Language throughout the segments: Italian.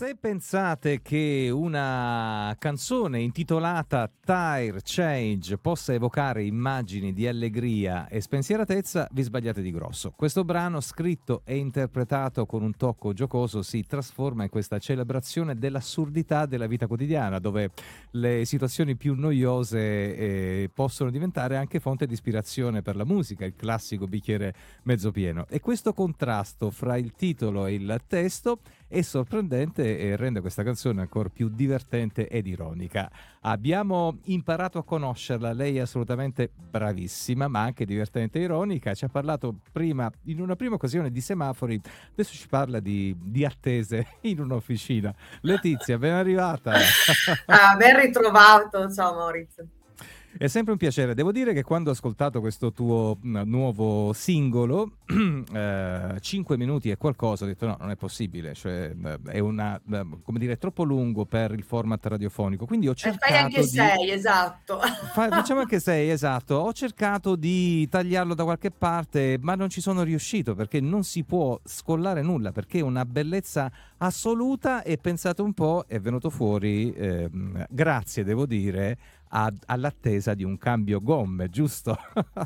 Se pensate che una canzone intitolata Tire Change possa evocare immagini di allegria e spensieratezza, vi sbagliate di grosso. Questo brano, scritto e interpretato con un tocco giocoso, si trasforma in questa celebrazione dell'assurdità della vita quotidiana, dove le situazioni più noiose possono diventare anche fonte di ispirazione per la musica, il classico bicchiere mezzo pieno. E questo contrasto fra il titolo e il testo è sorprendente e rende questa canzone ancora più divertente ed ironica. Abbiamo imparato a conoscerla, lei è assolutamente bravissima, ma anche divertente e ironica. Ci ha parlato prima, in una prima occasione, di semafori, adesso ci parla di attese in un'officina. Letizia, ben arrivata. Ben ritrovato, ciao Maurizio. È sempre un piacere. Devo dire che quando ho ascoltato questo tuo nuovo singolo, 5 minuti e qualcosa, ho detto no, non è possibile, cioè è come dire, troppo lungo per il format radiofonico, quindi ho Fai anche cercato di... 6, esatto. Facciamo anche 6, esatto. Ho cercato di tagliarlo da qualche parte, ma non ci sono riuscito perché non si può scollare nulla, perché è una bellezza assoluta e pensate un po', è venuto fuori, grazie devo dire, all'attesa di un cambio gomme, giusto?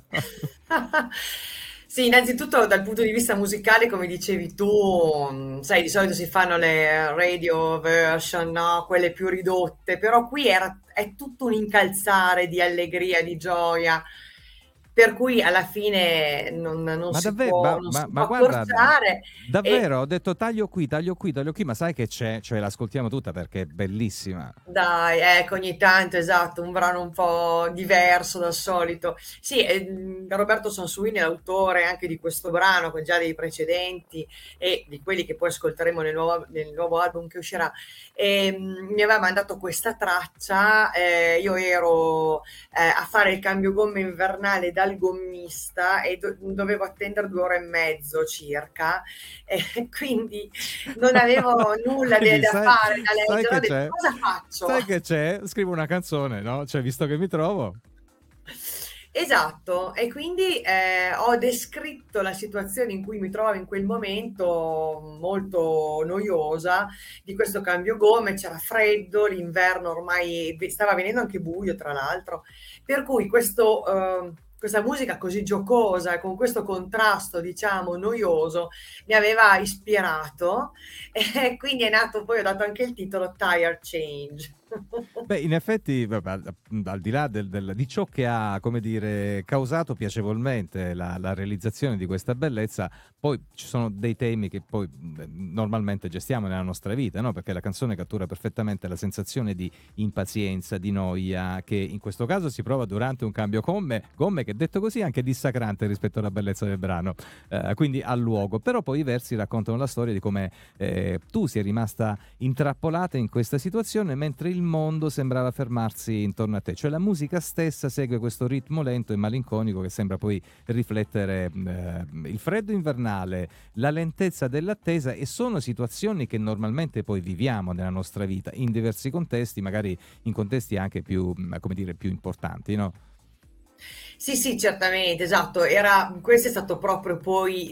Sì, innanzitutto dal punto di vista musicale, come dicevi tu, sai, di solito si fanno le radio version, no? Quelle più ridotte, però qui è tutto un incalzare di allegria, di gioia, per cui alla fine non Ma si davvero, può, non si ma può guarda, accorciare. E davvero, ho detto taglio qui, taglio qui, taglio qui, ma sai che c'è? Cioè l'ascoltiamo tutta perché è bellissima. dai, ecco, ogni tanto, esatto, un brano un po' diverso dal solito. Sì, Roberto Sansuini è l'autore anche di questo brano, con già dei precedenti e di quelli che poi ascolteremo nel nuovo album che uscirà. E, mi aveva mandato questa traccia, io ero a fare il cambio gomme invernale dal gommista e dovevo attendere 2 ore e mezzo circa, e quindi non avevo nulla Quindi da fare, da sai leggere, ho che detto c'è? cosa faccio? Sai che c'è? Scrivo una canzone, no? Cioè, visto che mi trovo... Esatto, e quindi ho descritto la situazione in cui mi trovavo in quel momento, molto noiosa, di questo cambio gomme, c'era freddo, l'inverno ormai stava venendo anche buio, tra l'altro, per cui questa musica così giocosa e con questo contrasto, diciamo, noioso, mi aveva ispirato e quindi è nato, poi ho dato anche il titolo Tire Change. Beh, in effetti, vabbè, al di là di ciò che ha, come dire, causato piacevolmente la realizzazione di questa bellezza, poi ci sono dei temi che poi normalmente gestiamo nella nostra vita, no? Perché la canzone cattura perfettamente la sensazione di impazienza, di noia, che in questo caso si prova durante un cambio gomme che detto così è anche dissacrante rispetto alla bellezza del brano, quindi al luogo. Però poi i versi raccontano la storia di come tu sia rimasta intrappolata in questa situazione mentre il mondo sembrava fermarsi intorno a te, cioè la musica stessa segue questo ritmo lento e malinconico che sembra poi riflettere il freddo invernale, la lentezza dell'attesa, e sono situazioni che normalmente poi viviamo nella nostra vita in diversi contesti, magari in contesti anche più, come dire, più importanti, no? Sì, sì, certamente, esatto. Questo è stato proprio poi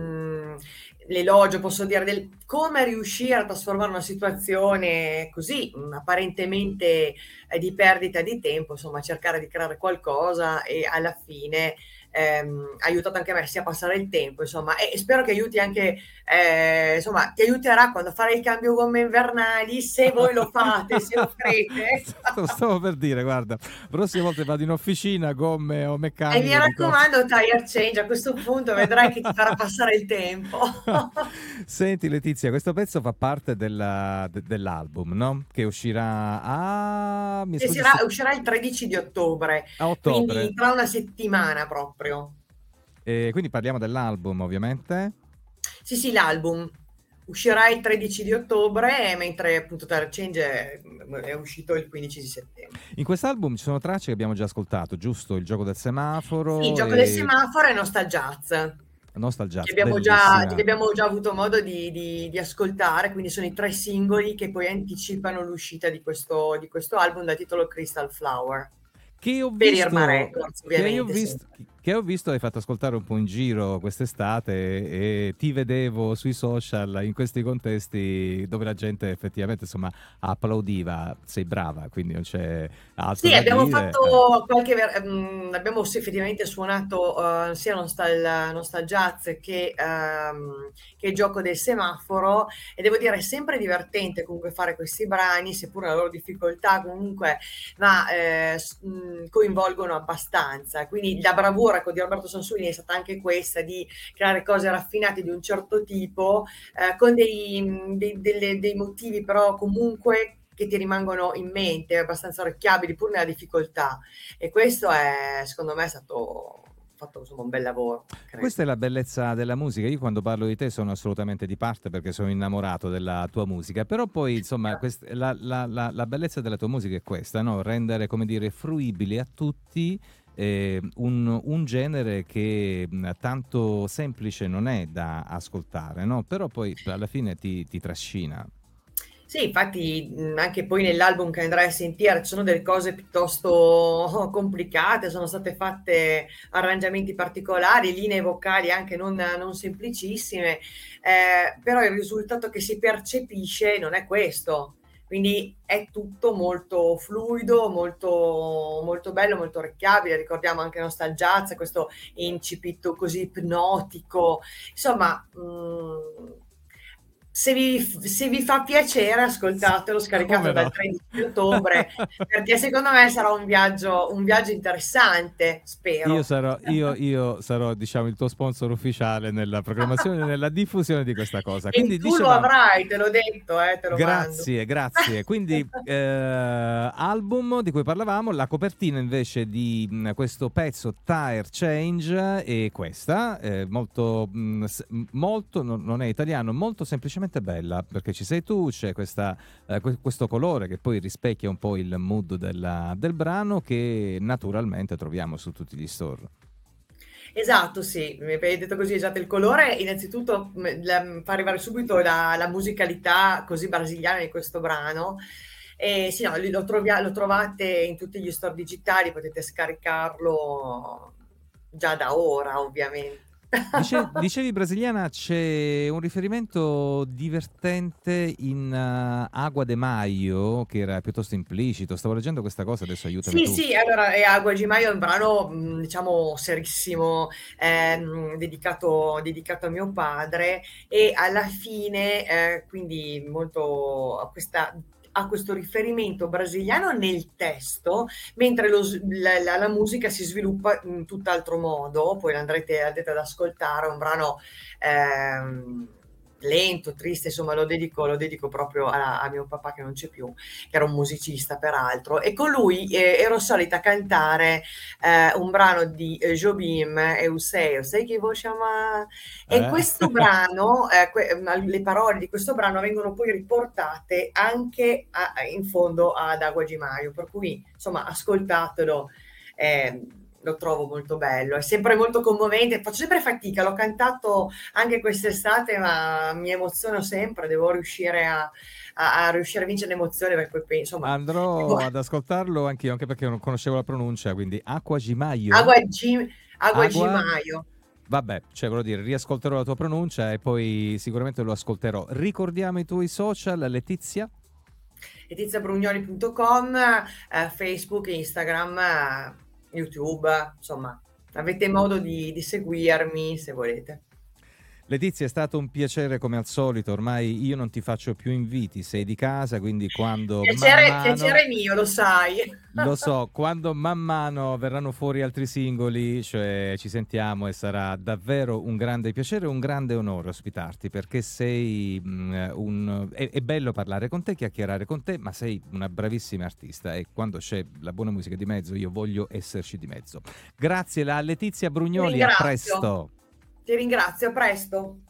l'elogio, posso dire, del come riuscire a trasformare una situazione così apparentemente di perdita di tempo, insomma, cercare di creare qualcosa e alla fine ha aiutato anche me sia a passare il tempo, insomma, e spero che aiuti anche, insomma, ti aiuterà quando farai il cambio gomme invernali, se voi lo fate, se lo farete. Stavo per dire, guarda, prossime volte vado in officina, gomme o E mi meccanico, dico... raccomando, tire change, a questo punto vedrai che ti farà passare il tempo. Senti Letizia, questo pezzo fa parte dell'album, no? Che uscirà a... mi scusi, Uscirà il 13 di ottobre, a quindi ottobre. tra una settimana proprio. Quindi parliamo dell'album, ovviamente. Sì, sì, l'album uscirà il 13 di ottobre, mentre appunto Tire Change è uscito il 15 di settembre. In quest'album ci sono tracce che abbiamo già ascoltato, giusto? Il gioco del Sì, il semaforo gioco del e semaforo e Nostalgiaz, Nostalgia, che bellissima. abbiamo già avuto modo di ascoltare, quindi sono i 3 singoli che poi anticipano l'uscita di questo album dal titolo Crystal Flower, Che ho per Irma visto, Records, che io ho ovviamente visto, sempre. che ho visto hai fatto ascoltare un po' in giro quest'estate e ti vedevo sui social in questi contesti dove la gente effettivamente insomma applaudiva. Sei brava, quindi non c'è altro Sì, da abbiamo dire. fatto abbiamo sì, effettivamente suonato sia Nostal Jazz che il gioco del semaforo, e devo dire è sempre divertente comunque fare questi brani, seppur la loro difficoltà comunque, ma coinvolgono abbastanza. Quindi la bravura di Roberto Sansovini è stata anche questa, di creare cose raffinate di un certo tipo, con dei motivi però comunque che ti rimangono in mente, abbastanza orecchiabili pur nella difficoltà, e questo è, secondo me, è stato fatto insomma un bel lavoro, credo. Questa è la bellezza della musica. Io quando parlo di te sono assolutamente di parte perché sono innamorato della tua musica, però poi insomma la bellezza della tua musica è questa, no? Rendere, come dire, fruibile a tutti un genere che tanto semplice non è da ascoltare, no? Però poi alla fine ti trascina. Sì, infatti anche poi nell'album che andrai a sentire ci sono delle cose piuttosto complicate, sono state fatte arrangiamenti particolari, linee vocali anche non semplicissime, però il risultato che si percepisce non è questo. Quindi è tutto molto fluido, molto bello, molto orecchiabile. Ricordiamo anche Nostalgiazza, questo incipit così ipnotico. Insomma, se vi fa piacere, ascoltatelo, scaricato Come dal no? 13 ottobre, perché secondo me sarà un viaggio interessante, Io spero. sarò, io sarò, diciamo, il tuo sponsor ufficiale nella programmazione e nella diffusione di questa cosa. E Quindi tu lo dicevamo, avrai, te l'ho detto, te lo mando. grazie, grazie. Quindi album di cui parlavamo, la copertina invece di questo pezzo Tire Change è questa, molto, molto non è italiano, molto semplicemente bella, perché ci sei tu, c'è questo colore che poi rispecchia un po' il mood del brano che naturalmente troviamo su tutti gli store. Esatto, sì, mi hai detto così, esatto, il colore innanzitutto fa arrivare subito la musicalità così brasiliana di questo brano. E sì, no, lo trovate in tutti gli store digitali, potete scaricarlo già da ora, ovviamente. Dicevi brasiliana, c'è un riferimento divertente in Agua de Maio che era piuttosto implicito. Stavo leggendo questa cosa, adesso aiutami Sì, tu. sì, allora, Agua di Maio è un brano, diciamo, serissimo, dedicato a mio padre, e alla fine, quindi molto a questo riferimento brasiliano nel testo, mentre la musica si sviluppa in tutt'altro modo, poi andrete ad ascoltare, è un brano lento, triste, insomma lo dedico proprio a mio papà che non c'è più, che era un musicista peraltro, e con lui ero solita cantare un brano di Jobim, Eu sei che vuoi chiamare, e Eh? questo brano, le parole di questo brano vengono poi riportate anche in fondo ad Agua di Maio, per cui insomma ascoltatelo. eh, Lo trovo molto bello, è sempre molto commovente, faccio sempre fatica, l'ho cantato anche quest'estate, ma mi emoziono sempre, devo riuscire a riuscire a vincere l'emozione, perché poi insomma Andrò ad ascoltarlo anch'io, anche perché non conoscevo la pronuncia, quindi Acqua Gimaio? Agua G, Agua Agua? Gimaio. Vabbè, cioè volevo dire, riascolterò la tua pronuncia e poi sicuramente lo ascolterò. Ricordiamo i tuoi social, Letizia? letiziabrugnoli.com, Facebook, Instagram, YouTube, insomma, avete modo di seguirmi se volete. Letizia, è stato un piacere come al solito, ormai io non ti faccio più inviti, sei di casa, quindi quando man mano, Piacere mio, lo sai. lo so, quando man mano verranno fuori altri singoli, cioè ci sentiamo e sarà davvero un grande piacere e un grande onore ospitarti, perché sei è bello parlare con te, chiacchierare con te, ma sei una bravissima artista e quando c'è la buona musica di mezzo io voglio esserci di mezzo. Grazie a Letizia Ti Brugnoli, a ringrazio, presto! ti ringrazio, a presto.